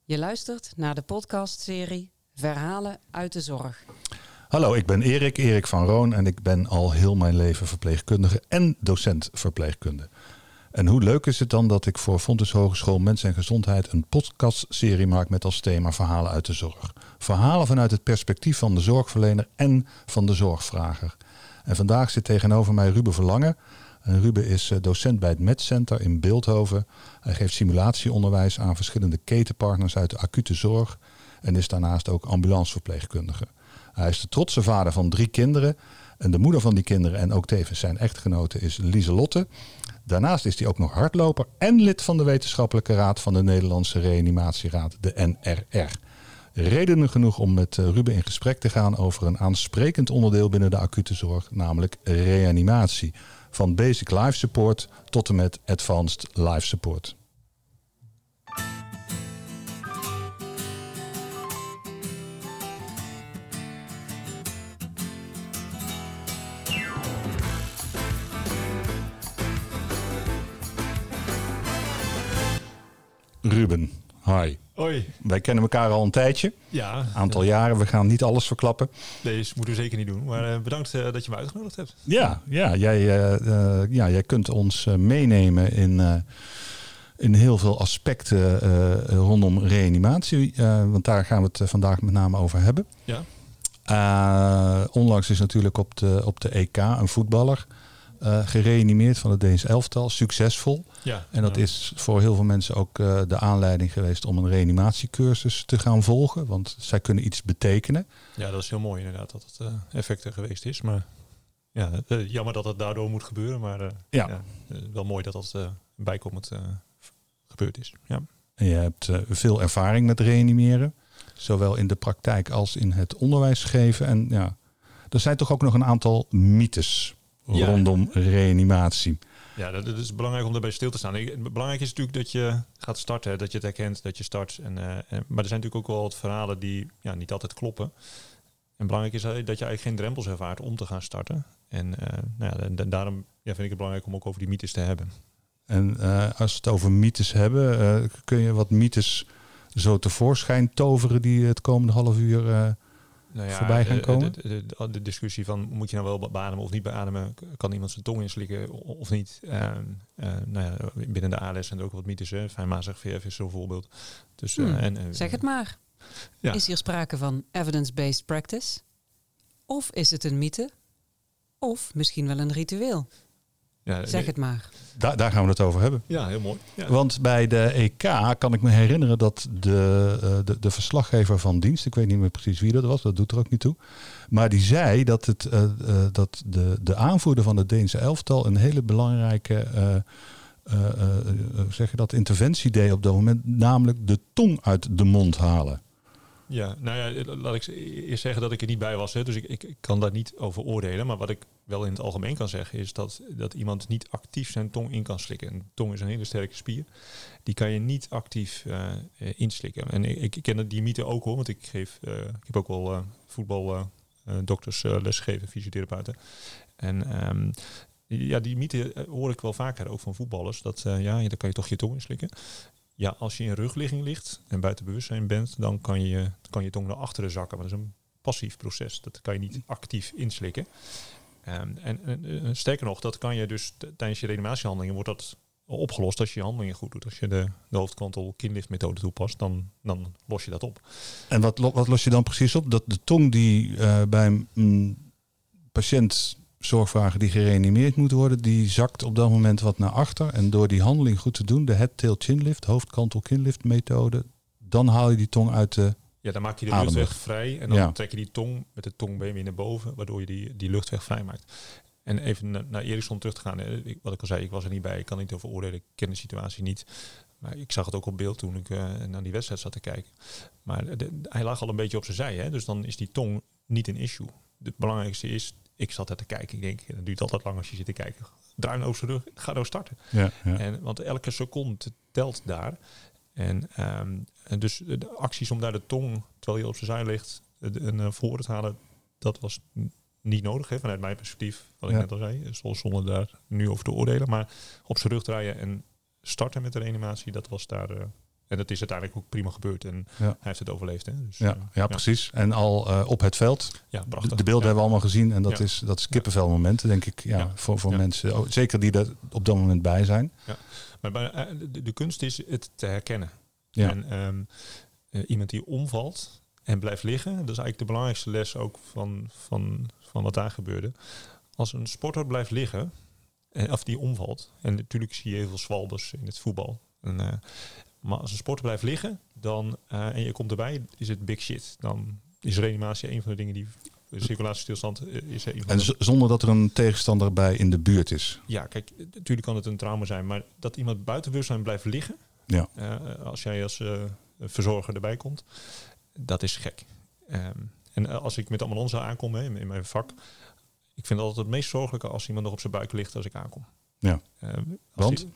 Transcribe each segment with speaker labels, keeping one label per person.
Speaker 1: Je luistert naar de podcastserie Verhalen uit de Zorg.
Speaker 2: Hallo, ik ben Erik van Roon en ik ben al heel mijn leven verpleegkundige en docent verpleegkunde. En hoe leuk is het dan dat ik voor Fontys Hogeschool Mens en Gezondheid een podcastserie maak met als thema Verhalen uit de Zorg. Verhalen vanuit het perspectief van de zorgverlener en van de zorgvrager. En vandaag zit tegenover mij Ruben Verlangen. En Ruben is docent bij het MedCenter in Bilthoven. Hij geeft simulatieonderwijs aan verschillende ketenpartners uit de acute zorg. En is daarnaast ook ambulanceverpleegkundige. Hij is de trotse vader van 3 kinderen. En de moeder van die kinderen en ook tevens zijn echtgenote is Lieselotte. Daarnaast is hij ook nog hardloper en lid van de wetenschappelijke raad van de Nederlandse Reanimatieraad, de NRR. Redenen genoeg om met Ruben in gesprek te gaan over een aansprekend onderdeel binnen de acute zorg, namelijk reanimatie. Van basic life support tot en met advanced life support. Ruben, hi.
Speaker 3: Hoi.
Speaker 2: Wij kennen elkaar al een tijdje.
Speaker 3: Ja.
Speaker 2: Een aantal jaren. We gaan niet alles verklappen.
Speaker 3: Nee, dat moeten we zeker niet doen. Maar bedankt dat je me uitgenodigd hebt.
Speaker 2: Ja, jij kunt ons meenemen in heel veel aspecten rondom reanimatie. Want daar gaan we het vandaag met name over hebben.
Speaker 3: Ja.
Speaker 2: Onlangs is natuurlijk op de EK een voetballer gereanimeerd van het Deens elftal. Succesvol.
Speaker 3: Ja,
Speaker 2: En dat is voor heel veel mensen ook de aanleiding geweest om een reanimatiecursus te gaan volgen. Want zij kunnen iets betekenen.
Speaker 3: Ja, dat is heel mooi inderdaad dat het effect er geweest is. Maar ja, jammer dat het daardoor moet gebeuren. Maar wel mooi dat dat bijkomend gebeurd is. Ja.
Speaker 2: En je hebt veel ervaring met reanimeren. Zowel in de praktijk als in het onderwijs geven. En ja, er zijn toch ook nog een aantal mythes rondom reanimatie.
Speaker 3: Ja, dat is belangrijk om daarbij stil te staan. Belangrijk is natuurlijk dat je gaat starten, dat je het herkent, dat je start. Maar er zijn natuurlijk ook wel wat verhalen die niet altijd kloppen. En belangrijk is dat je eigenlijk geen drempels ervaart om te gaan starten. En daarom vind ik het belangrijk om ook over die mythes te hebben. En
Speaker 2: als we het over mythes hebben, kun je wat mythes zo tevoorschijn toveren die het komende half uur voorbij gaan komen?
Speaker 3: De discussie van moet je nou wel beademen of niet beademen, kan iemand zijn tong inslikken of niet? Binnen de ALS zijn er ook wat mythes. Fijnmazig VF is zo'n voorbeeld. Dus,
Speaker 1: zeg het maar. Ja. Is hier sprake van evidence-based practice? Of is het een mythe? Of misschien wel een ritueel? Ja, zeg het maar.
Speaker 2: Daar gaan we het over hebben.
Speaker 3: Ja, heel mooi. Ja.
Speaker 2: Want bij de EK kan ik me herinneren dat de verslaggever van dienst, ik weet niet meer precies wie dat was, dat doet er ook niet toe. Maar die zei dat de aanvoerder van het Deense elftal een hele belangrijke interventie deed op dat moment, namelijk de tong uit de mond halen.
Speaker 3: Ja, laat ik eerst zeggen dat ik er niet bij was. Hè, dus ik kan daar niet over oordelen. Maar wat ik wel in het algemeen kan zeggen is dat iemand niet actief zijn tong in kan slikken. Een tong is een hele sterke spier. Die kan je niet actief inslikken. En ik ken die mythe ook hoor. Want ik heb ook wel voetbaldokters lesgegeven, fysiotherapeuten. En die mythe hoor ik wel vaker ook van voetballers. Dat dan kan je toch je tong inslikken. Ja, als je in rugligging ligt en buiten bewustzijn bent, dan kan je tong naar achteren zakken. Maar dat is een passief proces. Dat kan je niet actief inslikken. En sterker nog, dat kan je dus tijdens je reanimatiehandelingen wordt dat opgelost als je handelingen goed doet. Als je de hoofdkantel-kinlift methode toepast, dan los je dat op.
Speaker 2: En wat los je dan precies op? Dat de tong die bij een patiënt zorgvrager die gereanimeerd moet worden, die zakt op dat moment wat naar achter. En door die handeling goed te doen, de head-tail-chin-lift, hoofdkantel-kinlift methode, dan haal je die tong uit de
Speaker 3: dan maak je de luchtweg vrij en dan trek je die tong met de tongbeen weer naar boven, waardoor je die luchtweg vrij maakt. En even naar Eriksson terug te gaan. Wat ik al zei, ik was er niet bij, ik kan niet over oordelen, ik ken de situatie niet. Maar ik zag het ook op beeld toen ik naar die wedstrijd zat te kijken. Maar hij lag al een beetje op zijn zij, hè? Dus dan is die tong niet een issue. Het belangrijkste is, ik zat er te kijken. Ik denk, dat duurt altijd lang als je zit te kijken. Draai nou over zijn rug, ga nou starten. Ja. Want elke seconde telt daar. En dus de acties om daar de tong, terwijl je op zijn zij ligt, voor te halen, dat was niet nodig, hè, vanuit mijn perspectief, wat ik net al zei, zonder daar nu over te oordelen. Maar op zijn rug draaien en starten met de reanimatie, dat was daar En dat is uiteindelijk ook prima gebeurd. En hij heeft het overleefd. Hè? Dus,
Speaker 2: precies. En al op het veld.
Speaker 3: Ja, prachtig.
Speaker 2: De beelden hebben we allemaal gezien. En dat is kippenvelmomenten, denk ik. Voor mensen. Zeker die er op dat moment bij zijn.
Speaker 3: Ja. Maar de kunst is het te herkennen.
Speaker 2: Ja.
Speaker 3: En iemand die omvalt en blijft liggen. Dat is eigenlijk de belangrijkste les ook van wat daar gebeurde. Als een sporter blijft liggen. Of die omvalt. En natuurlijk zie je heel veel zwalbers in het voetbal. Maar als een sporter blijft liggen, en je komt erbij, is het big shit. Dan is reanimatie een van de dingen die circulatiestilstand is.
Speaker 2: En zonder dat er een tegenstander bij in de buurt is.
Speaker 3: Ja, kijk, natuurlijk kan het een trauma zijn, maar dat iemand buiten bewustzijn blijft liggen, als jij als verzorger erbij komt, dat is gek. En als ik met ambulance aankom in mijn vak, ik vind het altijd het meest zorgelijke als iemand nog op zijn buik ligt als ik aankom.
Speaker 2: Ja. Want?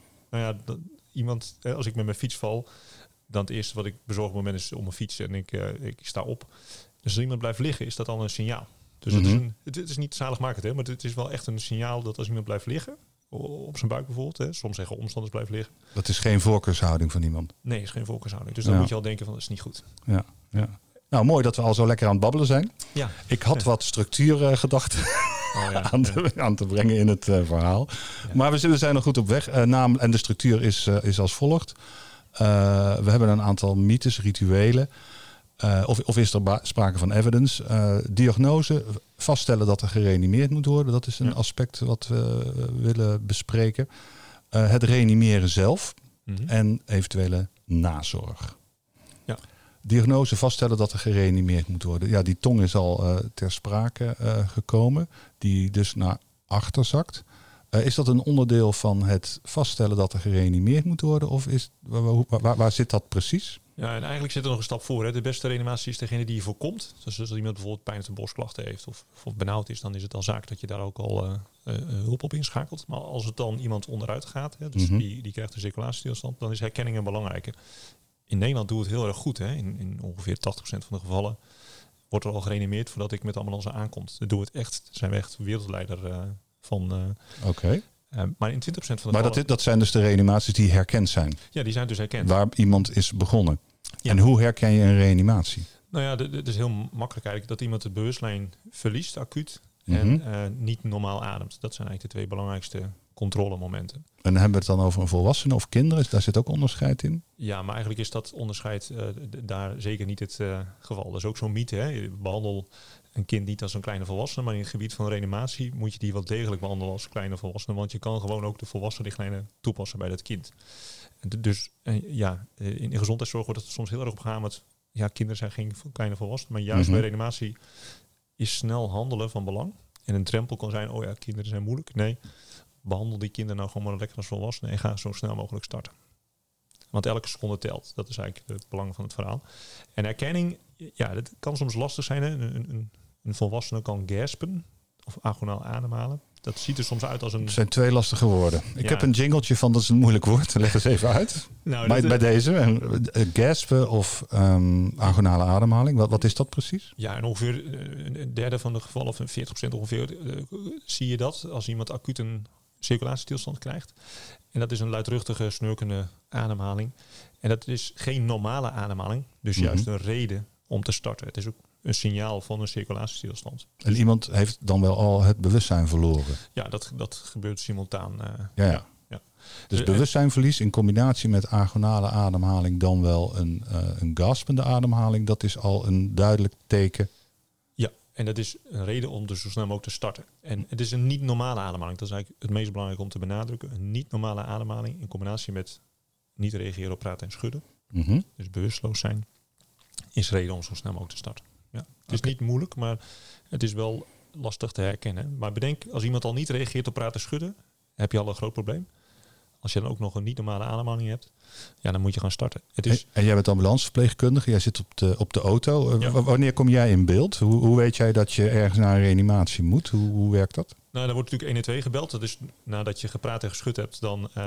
Speaker 3: Iemand, als ik met mijn fiets val, dan het eerste wat ik bezorgd op het moment is om mijn fiets en ik sta op. Dus als iemand blijft liggen, is dat al een signaal. Dus het is niet zaligmakend, hè, maar het is wel echt een signaal dat als iemand blijft liggen, op zijn buik bijvoorbeeld, hè, soms zeggen omstanders blijven liggen.
Speaker 2: Dat is geen voorkeurshouding van iemand.
Speaker 3: Nee, het is geen voorkeurshouding. Dus dan moet je al denken van, dat is niet goed.
Speaker 2: Ja. Nou, mooi dat we al zo lekker aan het babbelen zijn.
Speaker 3: Ja.
Speaker 2: Ik had wat structuurgedachten aan te brengen in het verhaal. Ja. Maar we zijn nog goed op weg. Naam en de structuur is als volgt. We hebben een aantal mythes, rituelen. Of is er sprake van evidence? Diagnose, vaststellen dat er gereanimeerd moet worden. Dat is een aspect wat we willen bespreken. Het reanimeren zelf en eventuele nazorg.
Speaker 3: Ja.
Speaker 2: Diagnose, vaststellen dat er gereanimeerd moet worden. Ja, die tong is al ter sprake gekomen. Die dus naar achter zakt. Is dat een onderdeel van het vaststellen dat er gereanimeerd moet worden? Of waar zit dat precies?
Speaker 3: Ja, en eigenlijk zit er nog een stap voor. Hè. De beste reanimatie is degene die je voorkomt. Dus als iemand bijvoorbeeld pijn of borstklachten heeft of benauwd is, dan is het al zaak dat je daar ook al hulp op inschakelt. Maar als het dan iemand onderuit gaat, hè, dus die krijgt een circulatiestilstand, dan is herkenning een belangrijke. In Nederland doen we het heel erg goed. Hè. In ongeveer 80% van de gevallen wordt er al gereanimeerd voordat ik met de ambulance aankomt. Dat doen we het echt. Daar zijn we echt wereldleider van.
Speaker 2: Oké.
Speaker 3: Maar in 20% van de
Speaker 2: gevallen... Maar dat zijn dus de reanimaties die herkend zijn?
Speaker 3: Ja, die zijn dus herkend.
Speaker 2: Waar iemand is begonnen. Ja. En hoe herken je een reanimatie?
Speaker 3: Nou ja, het is heel makkelijk eigenlijk dat iemand het bewustzijn verliest, acuut, en niet normaal ademt. Dat zijn eigenlijk de twee belangrijkste controlemomenten. En
Speaker 2: hebben we het dan over een volwassene of kinderen? Daar zit ook onderscheid in?
Speaker 3: Ja, maar eigenlijk is dat onderscheid daar zeker niet het geval. Dat is ook zo'n mythe. Hè? Je behandel een kind niet als een kleine volwassene, maar in het gebied van reanimatie moet je die wel degelijk behandelen als kleine volwassene, want je kan gewoon ook de volwassenenrichtlijnen toepassen bij dat kind. Dus in de gezondheidszorg wordt het soms heel erg op gegaan met, kinderen zijn geen kleine volwassenen, maar juist bij reanimatie is snel handelen van belang. En een drempel kan zijn, kinderen zijn moeilijk. Nee, behandel die kinderen nou gewoon maar lekker als volwassenen en ga zo snel mogelijk starten. Want elke seconde telt. Dat is eigenlijk het belang van het verhaal. En herkenning, dat kan soms lastig zijn. Hè? Een volwassene kan gaspen of agonaal ademhalen. Dat ziet er soms uit als een...
Speaker 2: Het zijn twee lastige woorden. Ik heb een jingletje van, dat is een moeilijk woord. Leg eens even uit. Bij deze. Gaspen of agonale ademhaling. Wat is dat precies?
Speaker 3: Ja, en ongeveer een derde van de gevallen, of 40% ongeveer, zie je dat als iemand acuut een circulatiestilstand krijgt. En dat is een luidruchtige, snurkende ademhaling. En dat is geen normale ademhaling. Dus juist een reden om te starten. Het is ook een signaal van een circulatiestilstand.
Speaker 2: En iemand heeft dan wel al het bewustzijn verloren?
Speaker 3: Ja, dat gebeurt simultaan.
Speaker 2: Ja. Dus bewustzijnverlies in combinatie met agonale ademhaling, dan wel een gaspende ademhaling. Dat is al een duidelijk teken.
Speaker 3: Ja, en dat is een reden om dus zo snel mogelijk te starten. En het is een niet-normale ademhaling. Dat is eigenlijk het meest belangrijk om te benadrukken. Een niet-normale ademhaling in combinatie met niet reageren op praten en schudden. Dus bewusteloos zijn is reden om zo snel mogelijk te starten. Ja. Het is niet moeilijk, maar het is wel lastig te herkennen. Maar bedenk, als iemand al niet reageert op praten en schudden, heb je al een groot probleem. Als je dan ook nog een niet-normale ademhaling hebt, dan moet je gaan starten.
Speaker 2: En jij bent ambulanceverpleegkundige, jij zit op de auto. Wanneer kom jij in beeld? Hoe weet jij dat je ergens naar een reanimatie moet? Hoe werkt dat?
Speaker 3: Nou, dan wordt natuurlijk 112 gebeld. Dat is nadat je gepraat en geschud hebt,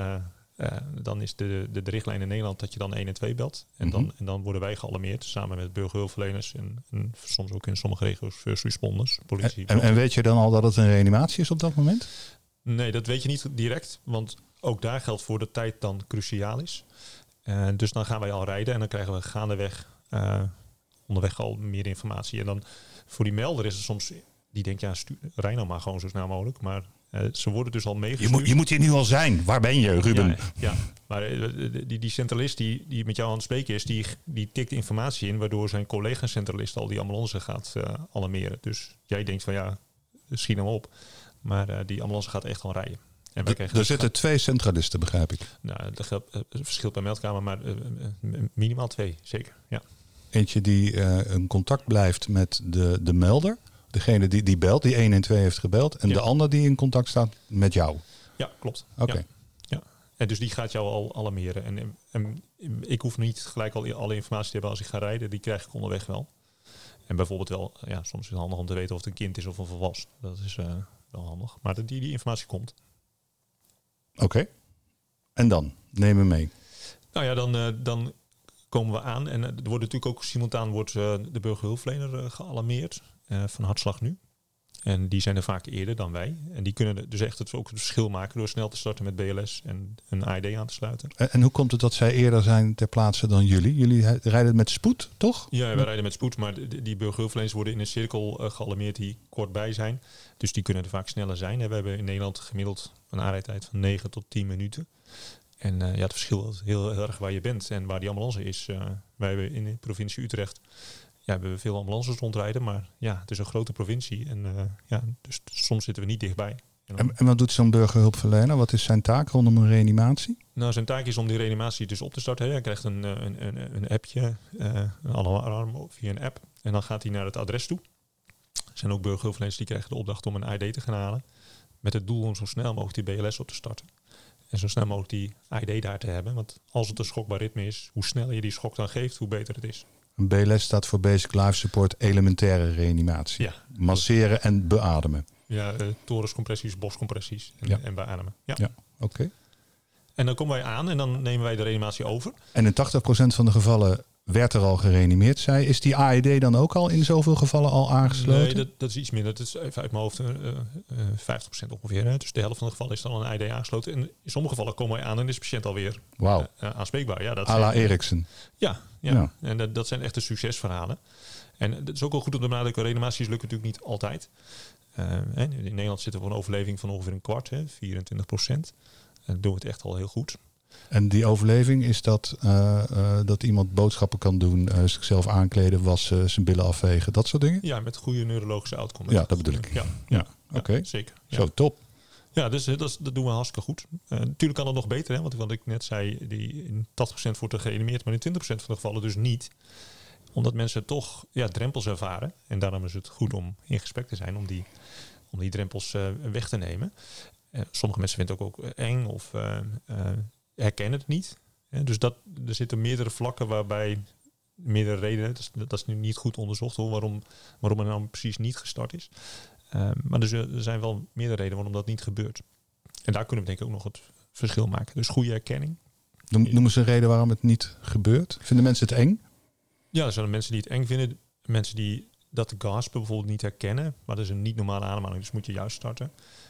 Speaker 3: dan is de richtlijn in Nederland dat je dan 112 belt. En dan worden wij gealarmeerd samen met burgerhulpverleners en soms ook in sommige regio's first responders, politie.
Speaker 2: En weet je dan al dat het een reanimatie is op dat moment?
Speaker 3: Nee, dat weet je niet direct, want ook daar geldt voor dat tijd dan cruciaal is. Dus dan gaan wij al rijden en dan krijgen we onderweg al meer informatie. En dan voor die melder is het soms, die denkt, rij nou maar gewoon zo snel mogelijk. Maar ze worden dus al meegestuurd.
Speaker 2: Je moet hier nu al zijn. Waar ben je, Ruben?
Speaker 3: Ja. Maar die centralist die met jou aan het spreken is, die tikt informatie in, waardoor zijn collega-centralist al die ambulance gaat alarmeren. Dus jij denkt van schiet hem op. Maar die ambulance gaat echt gewoon rijden. En
Speaker 2: er zitten 2 centralisten, begrijp ik.
Speaker 3: Nou, dat verschilt per meldkamer, maar minimaal 2, zeker. Ja.
Speaker 2: Eentje die in contact blijft met de melder. Degene die belt, die 112 heeft gebeld. En de ander die in contact staat met jou.
Speaker 3: Ja, klopt.
Speaker 2: Oké.
Speaker 3: Ja. En dus die gaat jou al alarmeren. En ik hoef niet gelijk al alle informatie te hebben als ik ga rijden. Die krijg ik onderweg wel. En bijvoorbeeld wel, soms is het handig om te weten of het een kind is of een volwassen. Dat is wel handig. Maar die informatie komt.
Speaker 2: Oké. En dan? Neem me mee.
Speaker 3: Nou ja, dan komen we aan. En er wordt natuurlijk ook simultaan de burgerhulpverlener gealarmeerd van Hartslag Nu. En die zijn er vaak eerder dan wij. En die kunnen dus echt ook het verschil maken door snel te starten met BLS en een AED aan te sluiten.
Speaker 2: En hoe komt het dat zij eerder zijn ter plaatse dan jullie? Jullie rijden met spoed, toch?
Speaker 3: Ja, wij rijden met spoed, maar die burgerhulpverleners worden in een cirkel gealarmeerd die kort bij zijn. Dus die kunnen er vaak sneller zijn. We hebben in Nederland gemiddeld een aanrijdtijd van 9 tot 10 minuten. En het verschilt heel erg waar je bent en waar die ambulance is. Wij hebben in de provincie Utrecht hebben we veel ambulances rondrijden, maar het is een grote provincie. En dus soms zitten we niet dichtbij.
Speaker 2: En wat doet zo'n burgerhulpverlener? Wat is zijn taak rondom een reanimatie?
Speaker 3: Nou, zijn taak is om die reanimatie dus op te starten. Hij krijgt een appje, een alarm via een app. En dan gaat hij naar het adres toe. Er zijn ook burgerhulpverleners die krijgen de opdracht om een AED te gaan halen. Met het doel om zo snel mogelijk die BLS op te starten. En zo snel mogelijk die AED daar te hebben. Want als het een schokbaar ritme is, hoe sneller je die schok dan geeft, hoe beter het is.
Speaker 2: Een BLS staat voor Basic Life Support, elementaire reanimatie.
Speaker 3: Ja.
Speaker 2: Masseren en beademen.
Speaker 3: Ja, torenscompressies, borstcompressies en beademen. Ja.
Speaker 2: Oké.
Speaker 3: En dan komen wij aan en dan nemen wij de reanimatie over.
Speaker 2: En in 80% van de gevallen werd er al gereanimeerd, is die AED dan ook al in zoveel gevallen al aangesloten?
Speaker 3: Nee, dat is iets minder. Dat is even uit mijn hoofd 50% ongeveer. Hè. Dus de helft van de gevallen is dan een AED aangesloten. En in sommige gevallen komen wij aan en is de patiënt alweer aanspreekbaar. Ja, dat à
Speaker 2: la Eriksen.
Speaker 3: Ja. En dat zijn echte succesverhalen. En het is ook wel goed om te benadrukken, reanimaties lukken natuurlijk niet altijd. In Nederland zitten we voor een overleving van ongeveer een kwart, 24%. Dan doen we het echt al heel goed.
Speaker 2: En die overleving is dat iemand boodschappen kan doen, zichzelf aankleden, wassen, zijn billen afvegen, dat soort dingen?
Speaker 3: Ja, met goede neurologische outcome.
Speaker 2: Ja, dat bedoel ik. Ja. Oké.
Speaker 3: Zeker. Ja.
Speaker 2: Zo, top.
Speaker 3: Ja, dus dat doen we hartstikke goed. Natuurlijk kan het nog beter, want wat ik net zei, in 80% wordt er gereanimeerd, maar in 20% van de gevallen dus niet. Omdat mensen toch drempels ervaren. En daarom is het goed om in gesprek te zijn om die drempels weg te nemen. Sommige mensen vinden het ook eng of herkennen het niet. Dus er zitten meerdere vlakken waarbij meerdere redenen. Dat is nu niet goed onderzocht waarom er nou precies niet gestart is. Maar er zijn wel meerdere redenen waarom dat niet gebeurt. En daar kunnen we denk ik ook nog het verschil maken. Dus goede erkenning.
Speaker 2: Noemen ze een reden waarom het niet gebeurt? Vinden mensen het eng?
Speaker 3: Ja, er zijn mensen die het eng vinden. Mensen die dat de gaspen bijvoorbeeld niet herkennen. Maar dat is een niet normale ademhaling. Dus moet je juist starten.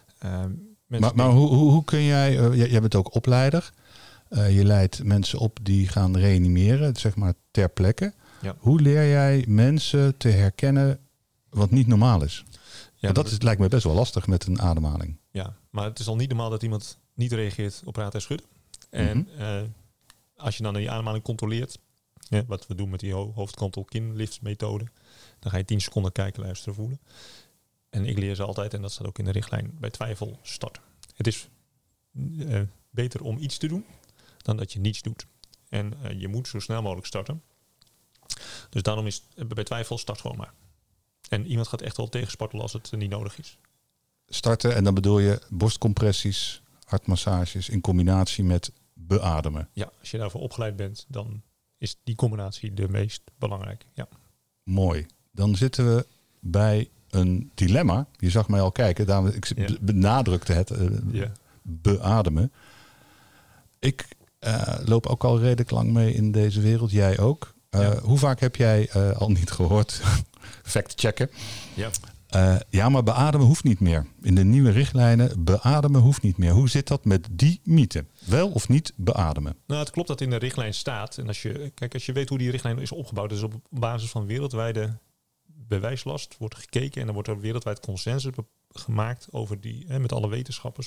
Speaker 2: Maar hoe kun jij bent ook opleider. Je leidt mensen op die gaan reanimeren, zeg maar ter plekke. Ja. Hoe leer jij mensen te herkennen wat niet normaal is? Ja, dat lijkt me best wel lastig met een ademhaling.
Speaker 3: Ja, maar het is al niet normaal dat iemand niet reageert op praten en schudden. En als je dan die ademhaling controleert, wat we doen met die hoofdkantel-kinlift methode, dan ga je 10 seconden kijken, luisteren, voelen. En ik leer ze altijd, en dat staat ook in de richtlijn, bij twijfel starten. Het is beter om iets te doen dan dat je niets doet. En je moet zo snel mogelijk starten. Dus daarom is bij twijfel start gewoon maar. En iemand gaat echt wel tegenspartelen als het niet nodig is.
Speaker 2: Starten, en dan bedoel je borstcompressies, hartmassages in combinatie met beademen.
Speaker 3: Ja, als je daarvoor opgeleid bent, dan is die combinatie de meest belangrijke. Ja.
Speaker 2: Mooi. Dan zitten we bij een dilemma. Je zag mij al kijken, daarom ik benadrukte het beademen. Ik loop ook al redelijk lang mee in deze wereld. Jij ook. Hoe vaak heb jij al niet gehoord? Fact checken.
Speaker 3: Ja.
Speaker 2: Ja, maar beademen hoeft niet meer. In de nieuwe richtlijnen, beademen hoeft niet meer. Hoe zit dat met die mythe? Wel of niet beademen?
Speaker 3: Nou, het klopt dat in de richtlijn staat. En als je weet hoe die richtlijn is opgebouwd, dus op basis van wereldwijde bewijslast wordt gekeken en dan wordt er wereldwijd consensus gemaakt over die, met alle wetenschappers,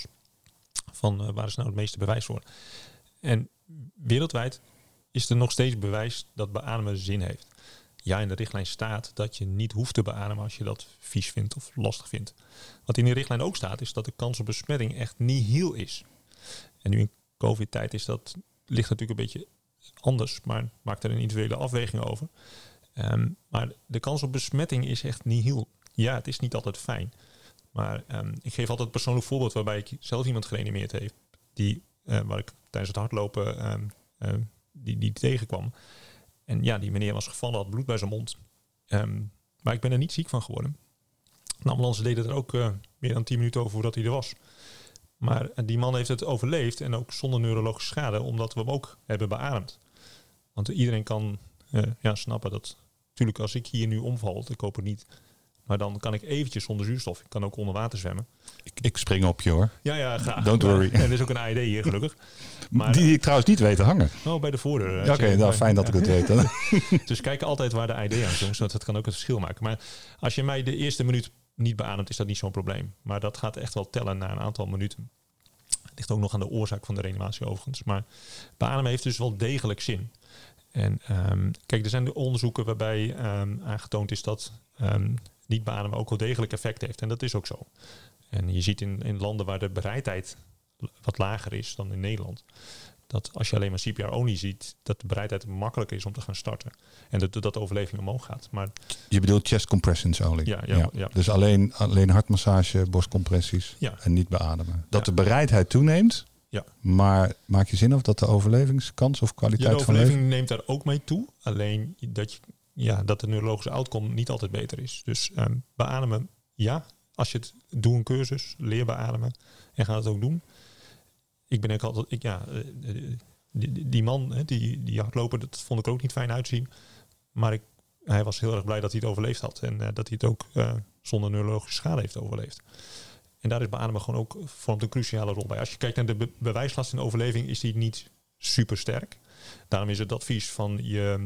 Speaker 3: van waar is nou het meeste bewijs voor. En wereldwijd is er nog steeds bewijs dat beademen zin heeft. Ja, in de richtlijn staat dat je niet hoeft te beademen als je dat vies vindt of lastig vindt. Wat in die richtlijn ook staat, is dat de kans op besmetting echt nihil is. En nu in COVID-tijd ligt natuurlijk een beetje anders, maar maakt er een individuele afweging over. Maar de kans op besmetting is echt nihil. Ja, het is niet altijd fijn. Maar ik geef altijd een persoonlijk voorbeeld waarbij ik zelf iemand gereanimeerd heb, waar ik tijdens het hardlopen die tegenkwam. En ja, die meneer was gevallen, had bloed bij zijn mond. Maar ik ben er niet ziek van geworden. De ambulance deed er ook meer dan 10 minuten over voordat hij er was. Maar die man heeft het overleefd en ook zonder neurologische schade, omdat we hem ook hebben beademd. Want iedereen kan snappen dat, natuurlijk als ik hier nu omval, ik hoop het niet, maar dan kan ik eventjes zonder zuurstof. Ik kan ook onder water zwemmen.
Speaker 2: Ik spring op je hoor.
Speaker 3: Ja, graag.
Speaker 2: Don't worry.
Speaker 3: En er is ook een AED hier gelukkig.
Speaker 2: Maar, die ik trouwens niet weet te hangen.
Speaker 3: Oh, bij de voordeur.
Speaker 2: Oké, nou fijn dat ik het weet. Dan.
Speaker 3: Dus kijk altijd waar de AED aan komt. Dat kan ook het verschil maken. Maar als je mij de eerste minuut niet beademt, is dat niet zo'n probleem. Maar dat gaat echt wel tellen na een aantal minuten. Het ligt ook nog aan de oorzaak van de reanimatie overigens. Maar beademen heeft dus wel degelijk zin. En kijk, er zijn de onderzoeken waarbij aangetoond is dat niet beademen ook wel degelijk effect heeft. En dat is ook zo. En je ziet in landen waar de bereidheid wat lager is dan in Nederland, dat als je alleen maar CPR-only ziet, dat de bereidheid makkelijker is om te gaan starten. En dat de overleving omhoog gaat. Maar
Speaker 2: je bedoelt chest compressions only?
Speaker 3: Ja.
Speaker 2: Dus alleen hartmassage, borstcompressies en niet beademen. Dat de bereidheid toeneemt, maar maak je zin of dat de overlevingskans of kwaliteit van leven?
Speaker 3: De overleving neemt daar ook mee toe. Alleen dat de neurologische outcome niet altijd beter is. Dus beademen, ja. Als je doe een cursus, leer beademen en ga het ook doen. Ik ben ook altijd, die man, die hardloper, dat vond ik ook niet fijn uitzien. Maar hij was heel erg blij dat hij het overleefd had. En dat hij het ook zonder neurologische schade heeft overleefd. En daar is beademen gewoon ook vormt een cruciale rol bij. Als je kijkt naar de bewijslast in de overleving, is die niet super sterk. Daarom is het advies van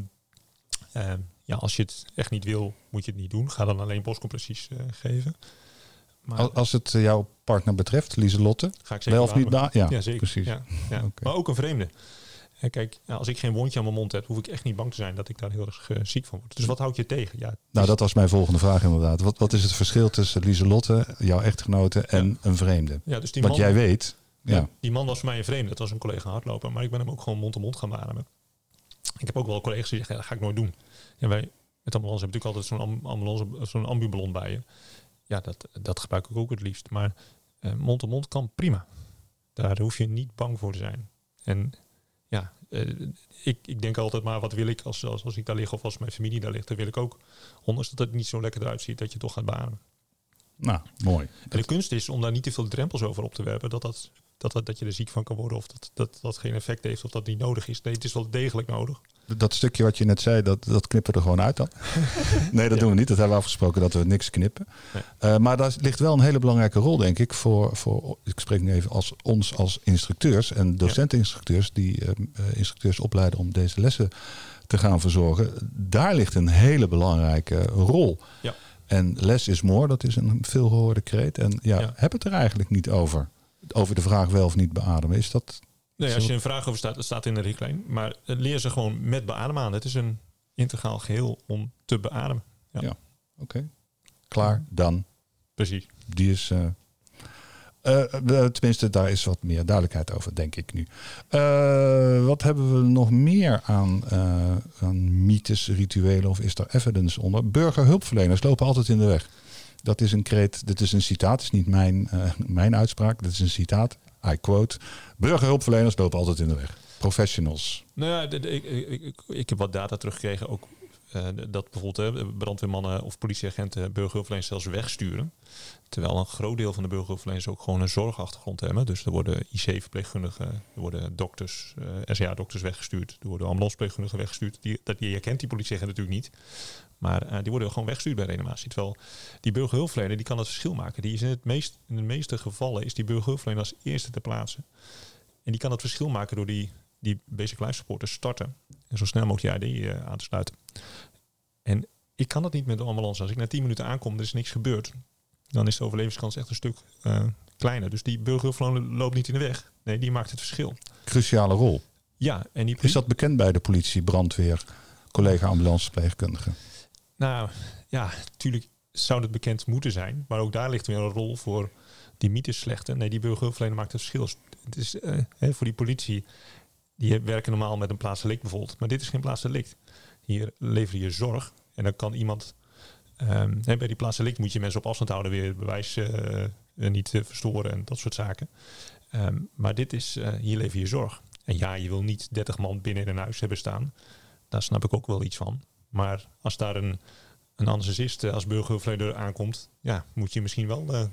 Speaker 3: als je het echt niet wil, moet je het niet doen. Ga dan alleen borstcompressies geven. Maar
Speaker 2: als het jouw partner betreft, Lieselotte,
Speaker 3: ga ik zeker
Speaker 2: wel of niet
Speaker 3: ja, zeker.
Speaker 2: Precies.
Speaker 3: Ja. Okay. Maar ook een vreemde. Kijk, als ik geen wondje aan mijn mond heb, hoef ik echt niet bang te zijn dat ik daar heel erg ziek van word. Dus wat houd je tegen? Ja,
Speaker 2: nou, dat was mijn volgende vraag inderdaad. Wat is het verschil tussen Lieselotte, jouw echtgenote, en een vreemde?
Speaker 3: Ja, dus
Speaker 2: wat jij weet.
Speaker 3: Ja. Die man was voor mij een vreemde. Dat was een collega hardloper. Maar ik ben hem ook gewoon mond-to-mond gaan beademen. Ik heb ook wel collega's die zeggen, dat ga ik nooit doen. Ja, wij met ambulance hebben natuurlijk altijd zo'n ambuballon bij je. Ja, dat gebruik ik ook het liefst. Maar mond-to-mond kan prima. Daar hoef je niet bang voor te zijn. En ja, ik denk altijd maar, wat wil ik als ik daar lig of als mijn familie daar ligt, dan wil ik ook, ondanks dat het niet zo lekker eruit ziet, dat je toch gaat beademen.
Speaker 2: Nou, mooi.
Speaker 3: En de kunst is om daar niet te veel drempels over op te werpen, dat je er ziek van kan worden of dat geen effect heeft of dat niet nodig is. Nee, het is wel degelijk nodig.
Speaker 2: Dat stukje wat je net zei, dat knippen we er gewoon uit dan? Nee, dat doen we niet. Dat hebben we afgesproken dat we niks knippen. Nee. Maar daar ligt wel een hele belangrijke rol, denk ik, voor ik spreek nu even als instructeurs en docenteninstructeurs die instructeurs opleiden om deze lessen te gaan verzorgen. Daar ligt een hele belangrijke rol. Ja. En less is more, dat is een veelgehoorde kreet. En heb het er eigenlijk niet over. Over de vraag wel of niet beademen. Is dat...
Speaker 3: Nee, als je een vraag over staat, dat staat in de richtlijn. Maar leer ze gewoon met beademen aan. Het is een integraal geheel om te beademen.
Speaker 2: Ja, oké. Klaar, dan.
Speaker 3: Precies.
Speaker 2: Die is... tenminste, daar is wat meer duidelijkheid over, denk ik nu. Wat hebben we nog meer aan mythes, rituelen of is er evidence onder? Burgerhulpverleners lopen altijd in de weg. Dat is een kreet, dit is een citaat, het is niet mijn uitspraak, dit is een citaat. I quote, burgerhulpverleners lopen altijd in de weg. Professionals.
Speaker 3: Nou ja, ik heb wat data teruggekregen, ook dat bijvoorbeeld brandweermannen of politieagenten burgerhulpverleners zelfs wegsturen. Terwijl een groot deel van de burgerhulpverleners ook gewoon een zorgachtergrond hebben. Dus er worden IC-verpleegkundigen, er worden dokters, RCA-dokters weggestuurd. Er worden ambulanceverpleegkundigen weggestuurd. Die herkent die politieagent natuurlijk niet. Maar die worden gewoon weggestuurd bij reanimatie. Terwijl die burgerhulpverlener die kan het verschil maken. Die is in de meeste gevallen is die burgerhulpverlener als eerste ter plaatse. En die kan het verschil maken door die basic life support te starten. En zo snel mogelijk die AED aan te sluiten. En ik kan dat niet met de ambulance. Als ik na 10 minuten aankom, er is niks gebeurd. Dan is de overlevingskans echt een stuk kleiner. Dus die burgerhulpverlener loopt niet in de weg. Nee, die maakt het verschil.
Speaker 2: Cruciale rol.
Speaker 3: Ja. En
Speaker 2: is dat bekend bij de politie, brandweer, collega ambulanceverpleegkundigen? Nou
Speaker 3: ja, natuurlijk zou het bekend moeten zijn. Maar ook daar ligt weer een rol voor die mythes slechte. Nee, die burgerhulpverlener maakt het verschil. Het is voor die politie, die werken normaal met een plaatsdelict bijvoorbeeld. Maar dit is geen plaatsdelict. Hier lever je zorg. En dan kan iemand... bij die plaatsdelict moet je mensen op afstand houden, weer het bewijs niet verstoren en dat soort zaken. Maar dit is, hier lever je zorg. En ja, je wil niet 30 man binnen in een huis hebben staan. Daar snap ik ook wel iets van. Maar als daar een anesthesist als burgerhulpverlener aankomt, ja, moet je misschien wel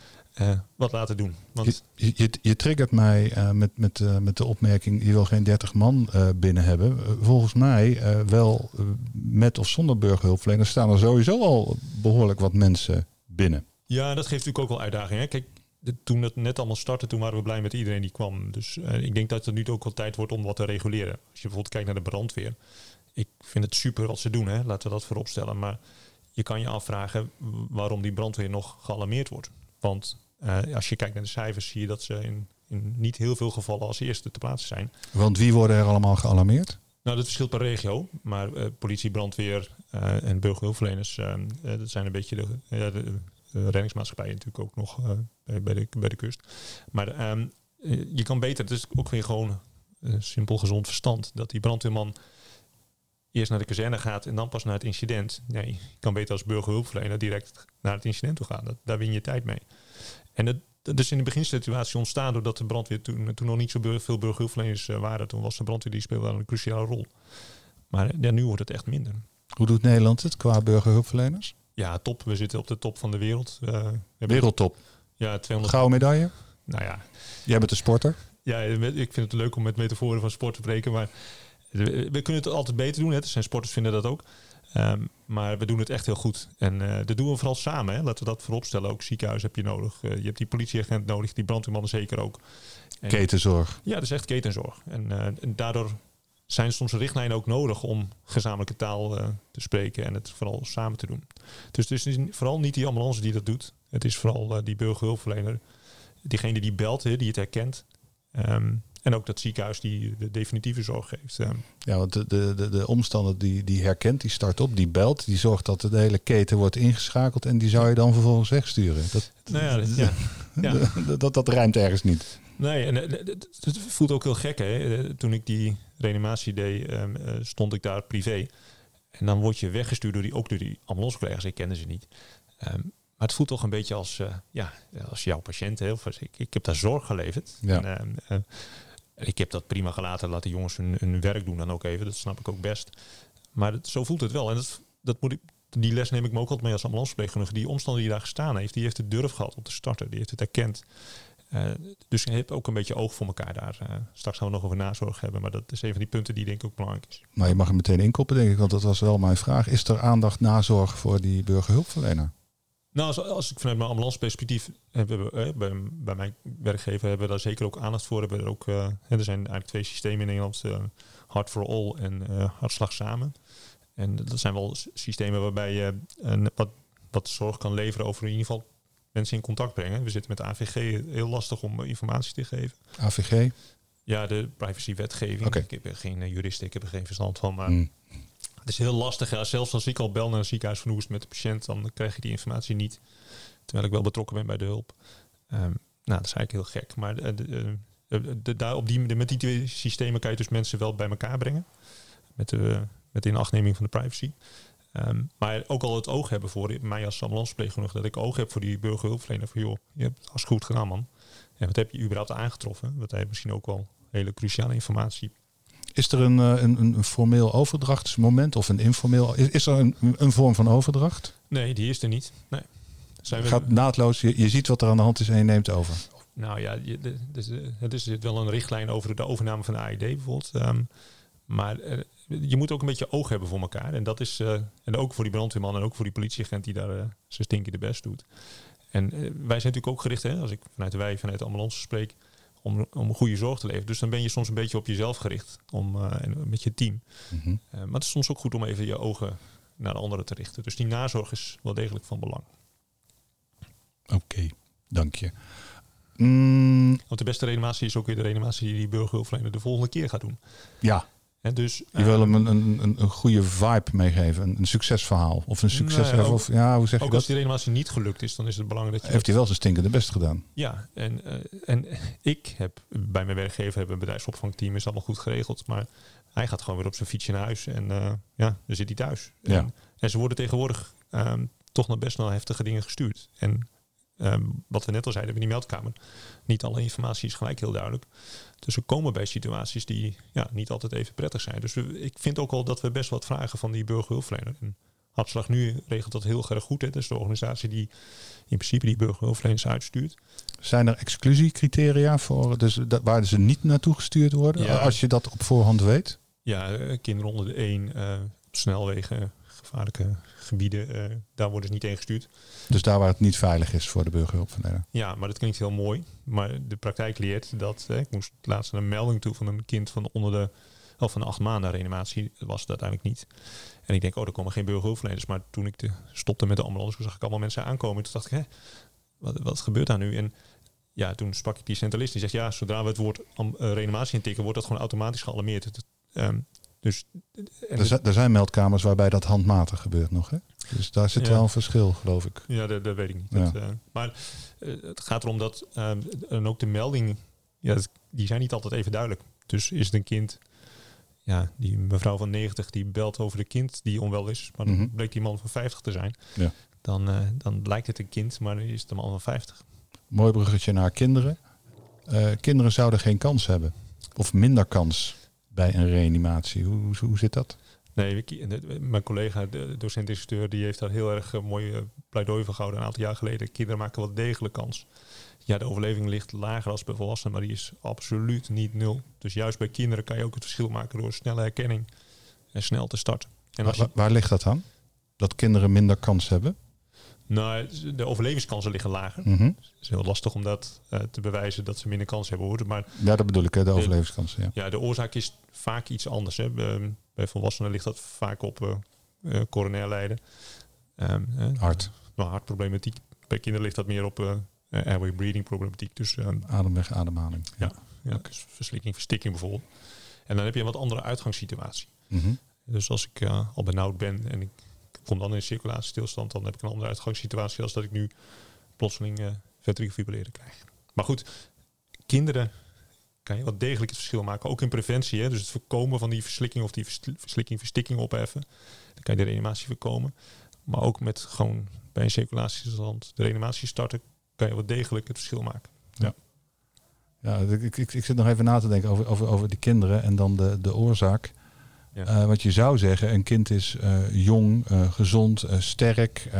Speaker 3: wat laten doen. Want
Speaker 2: je triggert mij met de opmerking, je wil geen 30 man binnen hebben. Volgens mij wel met of zonder burgerhulpverlener staan er sowieso al behoorlijk wat mensen binnen.
Speaker 3: Ja, dat geeft natuurlijk ook wel uitdagingen. Kijk, toen het net allemaal startte, toen waren we blij met iedereen die kwam. Dus ik denk dat het nu ook wel tijd wordt om wat te reguleren. Als je bijvoorbeeld kijkt naar de brandweer. Ik vind het super wat ze doen, hè? Laten we dat voorop stellen. Maar je kan je afvragen waarom die brandweer nog gealarmeerd wordt. Want als je kijkt naar de cijfers, zie je dat ze in niet heel veel gevallen als eerste te plaatsen zijn.
Speaker 2: Want wie worden er allemaal gealarmeerd?
Speaker 3: Nou, dat verschilt per regio. Maar politie, brandweer en burgerhulpverleners, dat zijn een beetje de reddingsmaatschappijen natuurlijk ook nog bij de kust. Maar je kan beter, het is ook weer gewoon simpel gezond verstand, dat die brandweerman eerst naar de kazerne gaat en dan pas naar het incident. Nee, je kan beter als burgerhulpverlener direct naar het incident toe gaan. Daar win je tijd mee. En dat is in de beginsituatie ontstaan doordat de brandweer toen nog niet zo veel burgerhulpverleners waren. Toen was de brandweer, die speelde een cruciale rol. Maar ja, nu wordt het echt minder.
Speaker 2: Hoe doet Nederland het qua burgerhulpverleners?
Speaker 3: Ja, top. We zitten op de top van de wereld.
Speaker 2: Wereldtop?
Speaker 3: Ja, 200.
Speaker 2: Gouden medaille?
Speaker 3: Nou ja.
Speaker 2: Jij bent een sporter?
Speaker 3: Ja, ik vind het leuk om met metaforen van sport te spreken, maar we kunnen het altijd beter doen. Hè. Zijn sporters vinden dat ook. Maar we doen het echt heel goed. En dat doen we vooral samen. Hè. Laten we dat voorop stellen. Ook ziekenhuis heb je nodig. Je hebt die politieagent nodig. Die brandweermannen zeker ook. En
Speaker 2: ketenzorg.
Speaker 3: Ja, dat is echt ketenzorg. En daardoor zijn soms richtlijnen ook nodig om gezamenlijke taal te spreken en het vooral samen te doen. Dus het is vooral niet die ambulance die dat doet. Het is vooral die burgerhulpverlener. Diegene die belt, die het herkent. En ook dat ziekenhuis die de definitieve zorg geeft.
Speaker 2: Ja, want de omstander die herkent, die start op, die belt, die zorgt dat de hele keten wordt ingeschakeld en die zou je dan vervolgens wegsturen. Dat rijmt ergens niet.
Speaker 3: Nee, en het voelt ook heel gek. Hè? Toen ik die reanimatie deed, stond ik daar privé. En dan word je weggestuurd door die ambulancecollega's. Ik kende ze niet. Maar het voelt toch een beetje als jouw patiënt. Hè? Ik heb daar zorg geleverd.
Speaker 2: Ja.
Speaker 3: En ik heb dat prima gelaten. Laat de jongens hun werk doen dan ook even. Dat snap ik ook best. Maar zo voelt het wel. En die les neem ik me ook altijd mee als ambulanceverpleegkundige. Die omstander die daar gestaan heeft, die heeft de durf gehad om te starten. Die heeft het erkend. Dus je hebt ook een beetje oog voor elkaar daar. Straks gaan we nog over nazorg hebben. Maar dat is een van die punten die denk ik ook belangrijk is.
Speaker 2: Maar je mag hem meteen inkoppen, denk ik. Want dat was wel mijn vraag. Is er aandacht nazorg voor die burgerhulpverlener?
Speaker 3: Nou, als ik vanuit mijn ambulanceperspectief bij mijn werkgever hebben we daar zeker ook aandacht voor. Er zijn eigenlijk 2 systemen in Nederland. Hart for All en Hartslag Samen. En dat zijn wel systemen waarbij je wat zorg kan leveren over in ieder geval mensen in contact brengen. We zitten met de AVG heel lastig om informatie te geven.
Speaker 2: AVG?
Speaker 3: Ja, de privacywetgeving.
Speaker 2: Okay.
Speaker 3: Ik ben geen jurist, ik heb er geen verstand van. Maar het is heel lastig. Ja. Zelfs als ik al bel naar een ziekenhuis van hoe is het met de patiënt, dan krijg je die informatie niet. Terwijl ik wel betrokken ben bij de hulp. Dat is eigenlijk heel gek. Maar met die 2 systemen kan je dus mensen wel bij elkaar brengen. Met de inachtneming van de privacy. Maar ook al het oog hebben voor mij als ambulanceverpleegkundige, dat ik oog heb voor die burgerhulpverlener. Van joh, je hebt als goed gedaan, man. En wat heb je überhaupt aangetroffen? Dat heeft misschien ook wel hele cruciale informatie.
Speaker 2: Is er een formeel overdrachtsmoment of een informeel? Is er een vorm van overdracht?
Speaker 3: Nee, die is er niet. Nee.
Speaker 2: Gaat naadloos, je ziet wat er aan de hand is en je neemt over.
Speaker 3: Nou ja, het is wel een richtlijn over de overname van de AED bijvoorbeeld. Maar je moet ook een beetje oog hebben voor elkaar. En dat is en ook voor die brandweerman en ook voor die politieagent die daar zijn stinkende best doet. En wij zijn natuurlijk ook gericht, als ik vanuit de ambulance spreek, om een goede zorg te leveren. Dus dan ben je soms een beetje op jezelf gericht en met je team. Mm-hmm. Maar het is soms ook goed om even je ogen naar de anderen te richten. Dus die nazorg is wel degelijk van belang.
Speaker 2: Oké, dank je.
Speaker 3: Want de beste reanimatie is ook weer de reanimatie die burgerhulpverlener de volgende keer gaat doen.
Speaker 2: Ja.
Speaker 3: En dus,
Speaker 2: je wil hem een goede vibe meegeven, een succesverhaal of een succes.
Speaker 3: Nou ja,
Speaker 2: hoe zeg je dat?
Speaker 3: Ook als die reanimatie niet gelukt is, dan is het belangrijk dat je...
Speaker 2: Heeft hij wel zijn stinkende best gedaan?
Speaker 3: Ja, en ik heb bij mijn werkgever, een bedrijfsopvangteam, is allemaal goed geregeld, maar hij gaat gewoon weer op zijn fietsje naar huis en dan zit hij thuis.
Speaker 2: Ja.
Speaker 3: En ze worden tegenwoordig toch nog best wel heftige dingen gestuurd. En wat we net al zeiden bij die meldkamer, niet alle informatie is gelijk heel duidelijk. Dus we komen bij situaties die niet altijd even prettig zijn. Dus ik vind ook al dat we best wat vragen van die burgerhulpverlener. En Hartslag Nu regelt dat heel erg goed. Hè. Dat is de organisatie die in principe die burgerhulpverleners uitstuurt. Zijn
Speaker 2: er exclusiecriteria voor, dus waar ze niet naartoe gestuurd worden, als je dat op voorhand weet?
Speaker 3: Ja, kinderen onder de 1, op snelwegen, gevaarlijke gebieden, daar worden ze niet heen gestuurd.
Speaker 2: Dus daar waar het niet veilig is voor de burgerhulpverlener?
Speaker 3: Ja, maar dat klinkt heel mooi. Maar de praktijk leert dat... ik moest laatst een melding toe van een kind van van 8 maanden reanimatie. Dat was het uiteindelijk niet. En ik denk, er komen geen burgerhulpverleners. Maar toen ik stopte met de ambulance, zag ik allemaal mensen aankomen. Toen dacht ik, wat gebeurt daar nu? En ja, toen sprak ik die centralist. Die zegt, zodra we het woord reanimatie intikken, wordt dat gewoon automatisch gealarmeerd.
Speaker 2: Er zijn meldkamers waarbij dat handmatig gebeurt nog, hè? Dus daar zit wel een verschil, geloof ik.
Speaker 3: Ja, dat weet ik niet. Ja. Maar het gaat erom dat en ook de melding, die zijn niet altijd even duidelijk. Dus is het een kind, die mevrouw van 90 die belt over de kind die onwel is, maar dan bleek die man van 50 te zijn. Ja. Dan lijkt het een kind, maar dan is het een man van 50.
Speaker 2: Mooi bruggetje naar kinderen. Kinderen zouden geen kans hebben. Of minder kans bij een reanimatie. Hoe zit dat?
Speaker 3: Nee, mijn collega, de docent-instructeur, die heeft daar heel erg mooi pleidooi voor gehouden een aantal jaar geleden. Kinderen maken wel degelijk kans. Ja, de overleving ligt lager als bij volwassenen, maar die is absoluut niet 0. Dus juist bij kinderen kan je ook het verschil maken door snelle herkenning en snel te starten. En
Speaker 2: waar ligt dat aan? Dat kinderen minder kans hebben?
Speaker 3: Nou, de overlevingskansen liggen lager. Mm-hmm. Het is heel lastig om dat te bewijzen dat ze minder kans hebben. Hoor. Maar
Speaker 2: dat bedoel ik, de overlevingskansen. Ja.
Speaker 3: Ja, de oorzaak is vaak iets anders. Hè. Bij volwassenen ligt dat vaak op coronair lijden. Hartproblematiek. Bij kinderen ligt dat meer op airway breathing problematiek. Dus
Speaker 2: ademweg, ademhaling.
Speaker 3: Ja. Dus verslikking, verstikking bijvoorbeeld. En dan heb je een wat andere uitgangssituatie. Mm-hmm. Dus als ik al benauwd ben en ik kom dan in circulatiestilstand, dan heb ik een andere uitgangssituatie als dat ik nu plotseling ventricular fibrilleren krijg. Maar goed, kinderen kan je wel degelijk het verschil maken, ook in preventie. Hè? Dus het voorkomen van die verslikking of die verstikking opheffen. Dan kan je de reanimatie voorkomen. Maar ook met gewoon bij een circulatiestilstand de reanimatie starten, kan je wel degelijk het verschil maken.
Speaker 2: Ja, ik zit nog even na te denken over die kinderen en dan de oorzaak. Ja. Wat je zou zeggen, een kind is jong, gezond, sterk.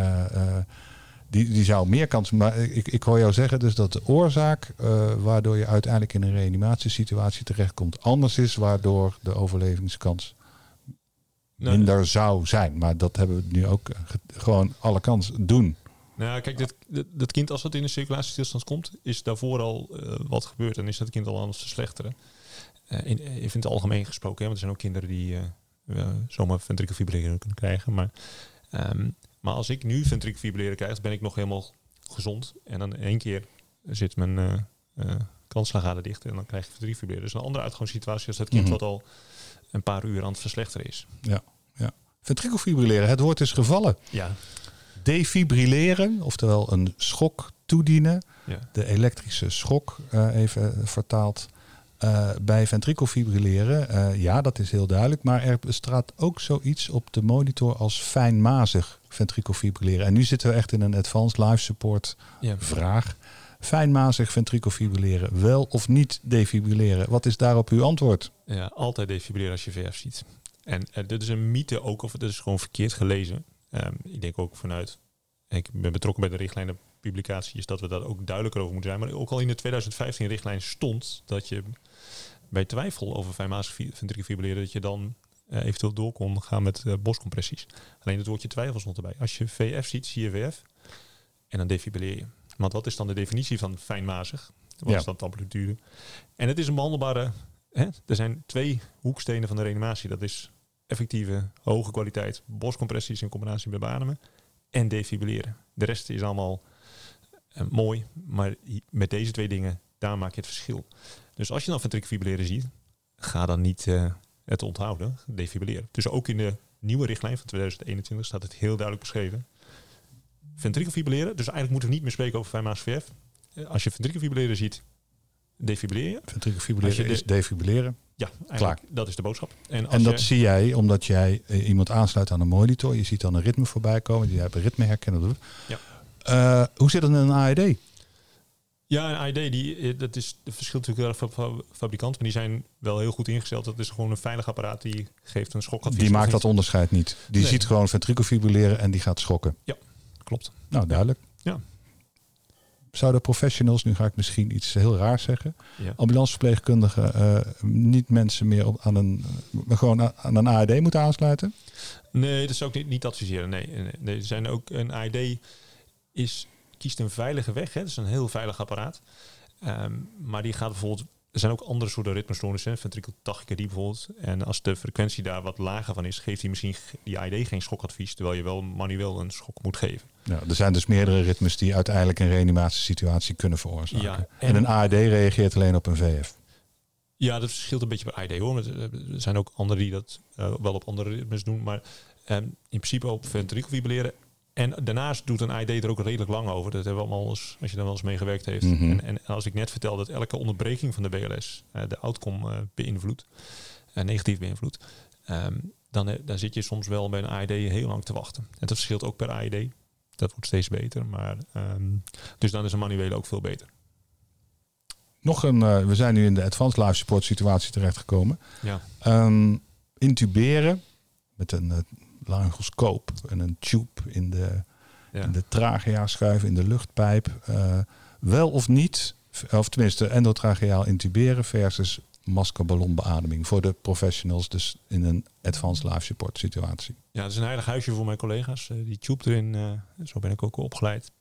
Speaker 2: Die zou meer kans... Maar ik hoor jou zeggen dus dat de oorzaak waardoor je uiteindelijk in een reanimatiesituatie terechtkomt anders is, waardoor de overlevingskans minder zou zijn. Maar dat hebben we nu ook gewoon alle kans doen.
Speaker 3: Nou, kijk, dat kind als het in een circulatiestilstand komt, is daarvoor al wat gebeurd en is dat kind al aan het verslechteren. In het algemeen gesproken, want er zijn ook kinderen die zomaar ventricular fibrilleren kunnen krijgen. Maar als ik nu ventricular fibrilleren krijg, dan ben ik nog helemaal gezond. En dan in één keer zit mijn kransslagader dicht en dan krijg ik ventricular fibrilleren. Dus een andere uitgangssituatie als dat kind wat al een paar uur aan het verslechteren is.
Speaker 2: Ja. Ventricular fibrilleren, het woord is gevallen.
Speaker 3: Ja.
Speaker 2: Defibrilleren, oftewel een schok toedienen. Ja. De elektrische schok, even vertaald. Bij ventricular fibrilleren, dat is heel duidelijk. Maar er bestaat ook zoiets op de monitor als fijnmazig ventricular fibrilleren. En nu zitten we echt in een advanced life support vraag. Fijnmazig ventrikelfibrilleren, wel of niet defibrilleren? Wat is daarop uw antwoord?
Speaker 3: Ja, altijd defibrilleren als je VF ziet. En dit is een mythe ook, of het is gewoon verkeerd gelezen. Ik denk ook ik ben betrokken bij de richtlijnenpublicatie, is dat we daar ook duidelijker over moeten zijn. Maar ook al in de 2015 richtlijn stond dat je bij twijfel over fijnmazig ventrikelfibrilleren, dat je dan eventueel door kon gaan met borstcompressies. Alleen het woordje twijfel stond erbij. Als je VF ziet, zie je VF en dan defibrilleer je. Want wat is dan de definitie van fijnmazig? Wat is dan de amplitude? En het is een behandelbare... Er zijn 2 hoekstenen van de reanimatie. Dat is effectieve, hoge kwaliteit borstcompressies in combinatie met beademen en defibrilleren. De rest is allemaal mooi, maar met deze 2 dingen, daar maak je het verschil. Dus als je dan ventrikelfibrilleren ziet, ga dan niet het onthouden, defibrilleren. Dus ook in de nieuwe richtlijn van 2021 staat het heel duidelijk beschreven. Ventrikelfibrilleren, dus eigenlijk moeten we niet meer spreken over fijnmazig VF. Als je ventrikelfibrilleren ziet, defibrilleer je.
Speaker 2: Ventrikelfibrilleren is defibrilleren.
Speaker 3: Ja, eigenlijk dat is de boodschap.
Speaker 2: En dat zie jij omdat jij iemand aansluit aan een monitor. Je ziet dan een ritme voorbij komen. Die hebben ritmeherkenner doet. Ja. Hoe zit het met een AED?
Speaker 3: Ja, een AED, dat verschilt natuurlijk van fabrikanten. Maar die zijn wel heel goed ingesteld. Dat is gewoon een veilig apparaat die geeft een schokadvies.
Speaker 2: Die maakt dat onderscheid niet. Die ziet gewoon ventrikelfibrilleren en die gaat schokken.
Speaker 3: Ja, klopt.
Speaker 2: Nou, duidelijk.
Speaker 3: Ja.
Speaker 2: Zouden professionals, nu ga ik misschien iets heel raars zeggen, ambulanceverpleegkundigen niet mensen meer gewoon aan een AED moeten aansluiten?
Speaker 3: Nee, dat zou ik niet adviseren. Nee. Er zijn ook een AED kiest een veilige weg. Hè. Dat is een heel veilig apparaat. Maar die gaat bijvoorbeeld... Er zijn ook andere soorten ritmestoornissen, ventrikeltachycardie bijvoorbeeld. En als de frequentie daar wat lager van is, geeft hij misschien die AED geen schokadvies, terwijl je wel manueel een schok moet geven.
Speaker 2: Ja, er zijn dus meerdere ritmes die uiteindelijk een reanimatiesituatie kunnen veroorzaken.
Speaker 3: Ja,
Speaker 2: en een AED reageert alleen op een VF.
Speaker 3: Ja, dat verschilt een beetje bij AED hoor. Er zijn ook anderen die dat wel op andere ritmes doen. Maar in principe op ventrikelfibrilleren. En daarnaast doet een AED er ook redelijk lang over. Dat hebben we allemaal eens, als je daar wel eens mee gewerkt heeft. Mm-hmm. En als ik net vertel dat elke onderbreking van de BLS de outcome beïnvloedt, negatief beïnvloedt, dan zit je soms wel bij een AED heel lang te wachten. En dat verschilt ook per AED. Dat wordt steeds beter. Maar, dus dan is een manuele ook veel beter.
Speaker 2: We zijn nu in de advanced life support situatie terechtgekomen.
Speaker 3: Ja.
Speaker 2: Intuberen met een laryngoscoop en een tube in de trachea schuiven, in de luchtpijp. Wel of niet, of tenminste endotracheaal intuberen versus maskerballonbeademing voor de professionals, dus in een advanced life support situatie.
Speaker 3: Ja, dat is een heilig huisje voor mijn collega's. Die tube erin, zo ben ik ook opgeleid.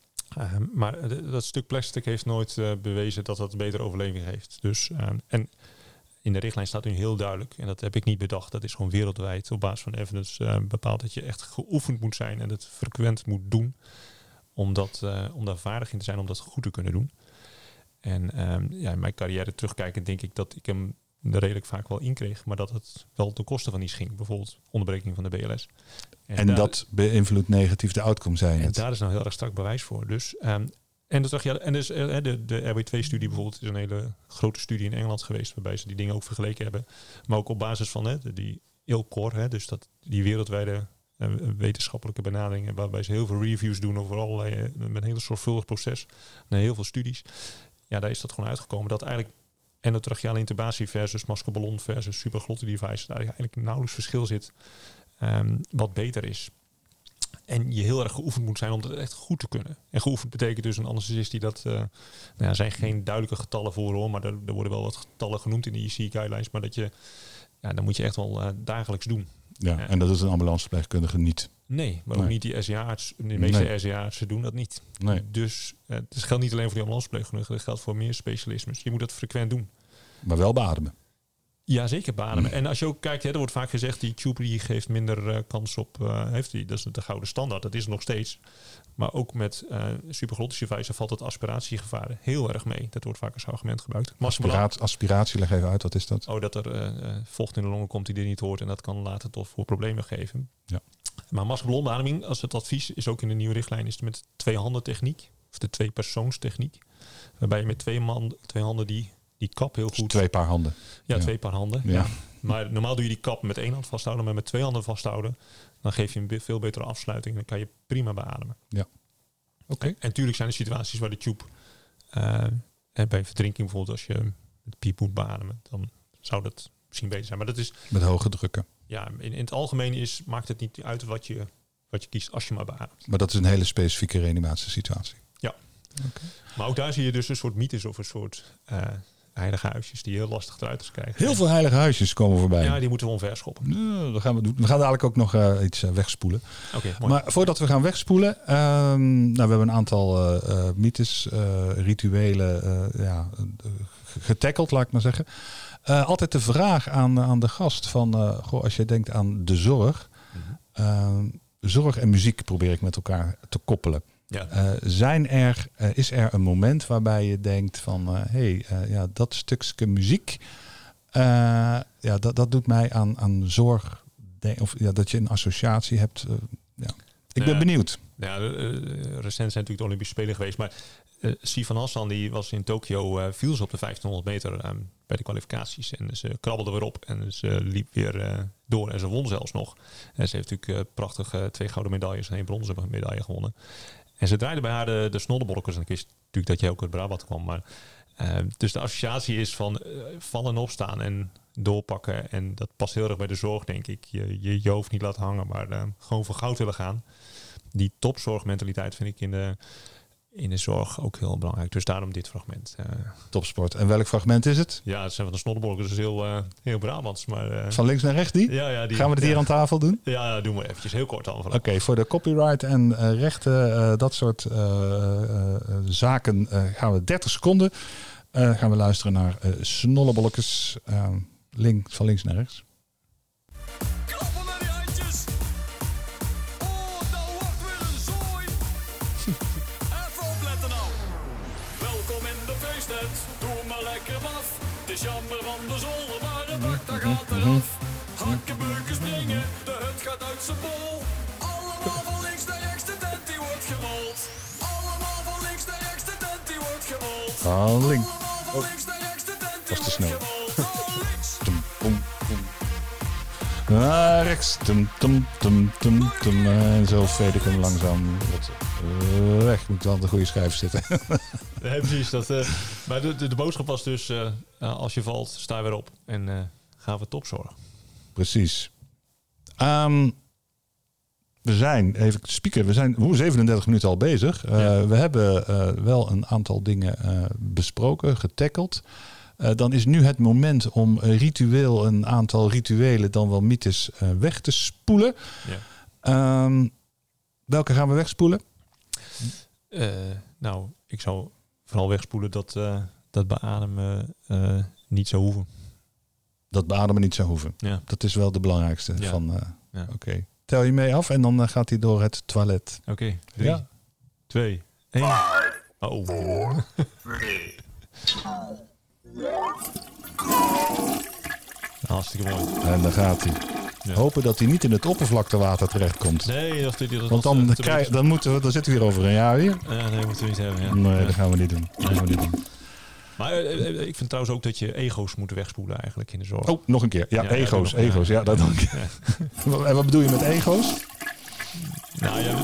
Speaker 3: Maar dat stuk plastic heeft nooit bewezen dat dat een betere overleving heeft. Dus, en in de richtlijn staat nu heel duidelijk, en dat heb ik niet bedacht, dat is gewoon wereldwijd op basis van evidence bepaald dat je echt geoefend moet zijn en het frequent moet doen om daar vaardig in te zijn, om dat goed te kunnen doen. En in mijn carrière terugkijkend denk ik dat ik hem er redelijk vaak wel in kreeg, maar dat het wel ten koste van iets ging. Bijvoorbeeld onderbreking van de BLS.
Speaker 2: En dat beïnvloedt negatief de outcome, zei je.
Speaker 3: En daar is nou heel erg strak bewijs voor. Dus... En de RW2-studie bijvoorbeeld is een hele grote studie in Engeland geweest, waarbij ze die dingen ook vergeleken hebben. Maar ook op basis van die ILCOR, dus die wereldwijde wetenschappelijke benaderingen, waarbij ze heel veel reviews doen over allerlei, met een heel zorgvuldig proces, naar heel veel studies. Ja, daar is dat gewoon uitgekomen dat eigenlijk endotracheale intubatie versus maskerballon versus supraglottic device, daar eigenlijk nauwelijks verschil zit wat beter is. En je heel erg geoefend moet zijn om dat echt goed te kunnen. En geoefend betekent dus een anesthesist die dat... er zijn geen duidelijke getallen voor hoor, maar er worden wel wat getallen genoemd in de IC guidelines. Maar dan moet je echt wel dagelijks doen.
Speaker 2: Ja, en dat is een ambulanceverpleegkundige niet.
Speaker 3: Nee, maar ook niet die SCA-arts. De meeste SCA-artsen doen dat niet.
Speaker 2: Nee.
Speaker 3: Dus het geldt niet alleen voor die ambulanceverpleegkundigen, het geldt voor meer specialismes. Je moet dat frequent doen.
Speaker 2: Maar wel beademen.
Speaker 3: Ja, zeker beademen. En als je ook kijkt, er wordt vaak gezegd, die tube die geeft minder kans op, dat is de gouden standaard, dat is het nog steeds. Maar ook met supraglottische device valt het aspiratiegevaar heel erg mee. Dat wordt vaak als argument gebruikt.
Speaker 2: Aspiratie, leg even uit, wat is dat?
Speaker 3: Dat er vocht in de longen komt die er niet hoort en dat kan later tot voor problemen geven. Ja. Maar maskerballonbeademing, als het advies is ook in de nieuwe richtlijn, is het met 2 handen techniek, of de 2-persoonstechniek. Waarbij je met 2 handen die kap heel goed...
Speaker 2: Dus 2 paar handen.
Speaker 3: Ja, 2 paar handen. Ja. Ja. Maar normaal doe je die kap met 1 hand vasthouden, maar met 2 handen vasthouden, dan geef je een veel betere afsluiting en dan kan je prima beademen.
Speaker 2: Ja.
Speaker 3: Oké. En natuurlijk zijn er situaties waar de tube En bij verdrinking bijvoorbeeld, als je met piep moet beademen, dan zou dat misschien beter zijn. Maar dat is
Speaker 2: met hoge drukken.
Speaker 3: Ja, in het algemeen maakt het niet uit wat je kiest als je maar beademt.
Speaker 2: Maar dat is een hele specifieke reanimatiesituatie.
Speaker 3: Ja. Okay. Maar ook daar zie je dus een soort mythes of een soort heilige huisjes die heel lastig eruit te krijgen.
Speaker 2: Heel veel heilige huisjes komen voorbij.
Speaker 3: Ja, die moeten we omverschoppen.
Speaker 2: Dat gaan we doen. We gaan dadelijk ook nog iets wegspoelen.
Speaker 3: Okay, mooi.
Speaker 2: Maar voordat we gaan wegspoelen, we hebben een aantal mythes, rituelen getackeld, laat ik maar zeggen. Altijd de vraag aan de gast van, als je denkt aan de zorg, zorg en muziek probeer ik met elkaar te koppelen. Ja. Is er een moment waarbij je denkt van, dat stukje muziek, dat doet mij aan zorg, dat je een associatie hebt. Ik ben benieuwd.
Speaker 3: Ja, recent zijn natuurlijk de Olympische Spelen geweest, maar Sifan Hassan die was in Tokio, viel ze op de 1500 meter bij de kwalificaties. En ze krabbelde weer op en ze liep weer door en ze won zelfs nog. En ze heeft natuurlijk prachtig 2 gouden medailles en 1 bronzen medaille gewonnen. En ze draaide bij haar de snollebolkers. En ik wist natuurlijk dat jij ook uit Brabant kwam. Maar, dus de associatie is van vallen en opstaan en doorpakken. En dat past heel erg bij de zorg, denk ik. Je hoofd niet laten hangen, maar gewoon voor goud willen gaan. Die topzorgmentaliteit vind ik in de zorg ook heel belangrijk. Dus daarom dit fragment.
Speaker 2: Topsport. En welk fragment is het?
Speaker 3: Ja, het zijn van de snollebolkers. Dus heel Brabants. Maar,
Speaker 2: van links naar rechts die?
Speaker 3: Ja, die.
Speaker 2: Gaan we het hier aan tafel doen?
Speaker 3: Ja, doen we eventjes. Heel kort al.
Speaker 2: Oké, voor de copyright en rechten, dat soort zaken gaan we 30 seconden. Gaan we luisteren naar snollebolletjes. Van links naar rechts.
Speaker 4: Klappen met die handjes. Dat wordt weer een zooi. Even opletten nou. Welkom in de feesttent. Doe maar lekker af. Het is jammer van de zolder, maar de bak daar gaat eraf. Hakken, beuken, springen. De hut gaat uit zijn bol. Allemaal van links naar rechts, de tent die wordt gerold. Allemaal van links naar rechts, de tent die wordt gerold.
Speaker 2: Van links.
Speaker 4: Allemaal van links naar rechts, de tent die
Speaker 2: was te
Speaker 4: wordt
Speaker 2: snel.
Speaker 4: gerold. Van links.
Speaker 2: Naar rechts. En zo veed ik hem langzaam weg. Moet wel aan de goede schijf zitten.
Speaker 3: Ja, precies. Maar de boodschap was dus, als je valt, sta weer op. En gaan we topzorg.
Speaker 2: Precies. We zijn, even spieken, we zijn 37 minuten al bezig. We hebben wel een aantal dingen besproken, getackeld. Dan is nu het moment om een aantal rituelen, dan wel mythes, weg te spoelen. Ja. Welke gaan we wegspoelen?
Speaker 3: Ik zou vooral wegspoelen dat beademen niet zou hoeven.
Speaker 2: Dat beademen niet zou hoeven. Ja. Dat is wel de belangrijkste. Ja. Oké. Tel je mee af en dan gaat hij door het toilet.
Speaker 3: Oké. 3, 2, 1. 4, 3, 2, hartstikke mooi.
Speaker 2: En dan gaat hij. Ja. Hopen dat hij niet in het oppervlaktewater terechtkomt.
Speaker 3: Nee,
Speaker 2: want dan zitten we hier over een jaar weer.
Speaker 3: Ja, nee, moeten we niet hebben. Ja.
Speaker 2: Nee, dat gaan we niet doen.
Speaker 3: Maar ik vind trouwens ook dat je ego's moet wegspoelen eigenlijk in de zorg.
Speaker 2: Oh, nog een keer. Ja, ego's. Ja, dat dank. Ja. En wat bedoel je met ego's?
Speaker 3: Nou ja...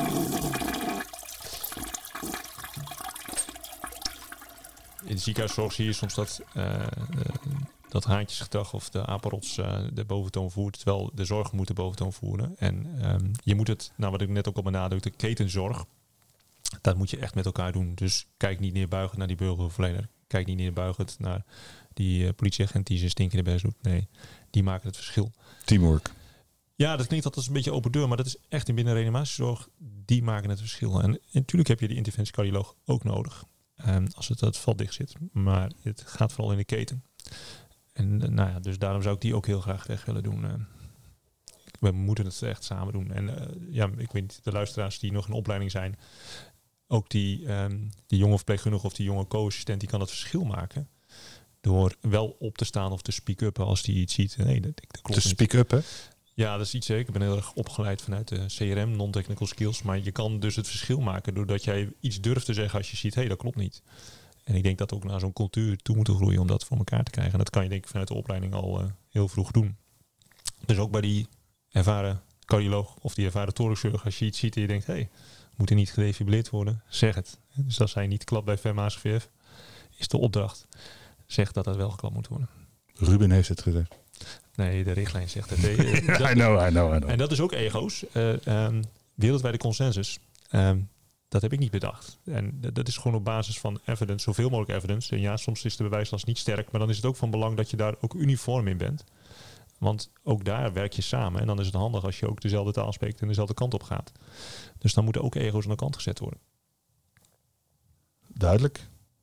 Speaker 3: In de ziekenhuiszorg zie je soms dat haantjesgedrag of de apenrots de boventoon voert, terwijl de zorg moet de boventoon voeren. En je moet het, wat ik net ook al benadrukte, ketenzorg, dat moet je echt met elkaar doen. Dus kijk niet neerbuigend naar die burgerverlener. Kijk niet neerbuigend naar die politieagent die zijn stinkende best doet. Nee, die maken het verschil.
Speaker 2: Teamwork.
Speaker 3: Ja, dat klinkt altijd een beetje open deur, maar dat is echt in binnen reanimatiezorg, die maken het verschil. En natuurlijk heb je die interventiecardioloog ook nodig. Als het vat dicht zit. Maar het gaat vooral in de keten. En dus daarom zou ik die ook heel graag weg willen doen. We moeten het echt samen doen. En ik weet niet, de luisteraars die nog in opleiding zijn, ook die jonge verpleegkundige of die jonge co-assistent, die kan het verschil maken. Door wel op te staan of te speak-uppen als die iets ziet. Nee, dat klopt
Speaker 2: te speak-uppen?
Speaker 3: Ja, dat is iets zeker. Ik ben heel erg opgeleid vanuit de CRM, non-technical skills. Maar je kan dus het verschil maken doordat jij iets durft te zeggen als je ziet, dat klopt niet. En ik denk dat we ook naar zo'n cultuur toe moeten groeien om dat voor elkaar te krijgen. En dat kan je denk ik vanuit de opleiding al heel vroeg doen. Dus ook bij die ervaren cardioloog of die ervaren thoraxchirurg, als je iets ziet en je denkt, moet er niet gedefibrilleerd worden, zeg het. Dus als hij niet klapt bij VMA's-VF, is de opdracht. Zegt dat wel geklapt moet worden.
Speaker 2: Ruben heeft het gezegd.
Speaker 3: Nee, de richtlijn zegt het.
Speaker 2: I know.
Speaker 3: En dat is ook ego's. Wereldwijde consensus. Dat heb ik niet bedacht. En dat is gewoon op basis van evidence, zoveel mogelijk evidence. En ja, soms is de bewijslast niet sterk, maar dan is het ook van belang dat je daar ook uniform in bent. Want ook daar werk je samen. En dan is het handig als je ook dezelfde taal spreekt en dezelfde kant op gaat. Dus dan moeten ook ego's aan de kant gezet worden.
Speaker 2: Duidelijk.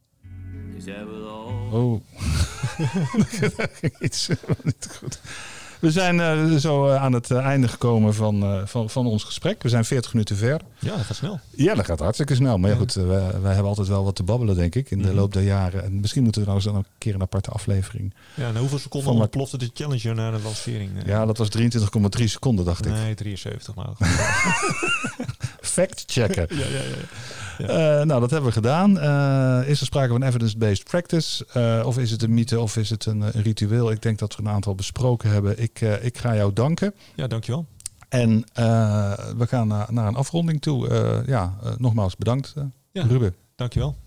Speaker 2: Oh. Dat ging iets niet goed. We zijn zo aan het einde gekomen van ons gesprek. We zijn 40 minuten ver.
Speaker 3: Ja, dat gaat snel.
Speaker 2: Ja, dat gaat hartstikke snel. Maar ja, goed, wij hebben altijd wel wat te babbelen, denk ik, in de loop der jaren. En misschien moeten we trouwens dan een keer een aparte aflevering.
Speaker 3: Ja, en hoeveel seconden ontplofte de Challenger na de lancering?
Speaker 2: Ja, dat was 23,3 seconden, dacht ik.
Speaker 3: Nee, 73 maar.
Speaker 2: Fact checken.
Speaker 3: Ja.
Speaker 2: Nou, dat hebben we gedaan. Is er sprake van evidence-based practice? Of is het een mythe of is het een ritueel? Ik denk dat we een aantal besproken hebben. Ik ga jou danken.
Speaker 3: Ja, dankjewel.
Speaker 2: En we gaan naar een afronding toe. Nogmaals bedankt, Ruben.
Speaker 3: Dankjewel.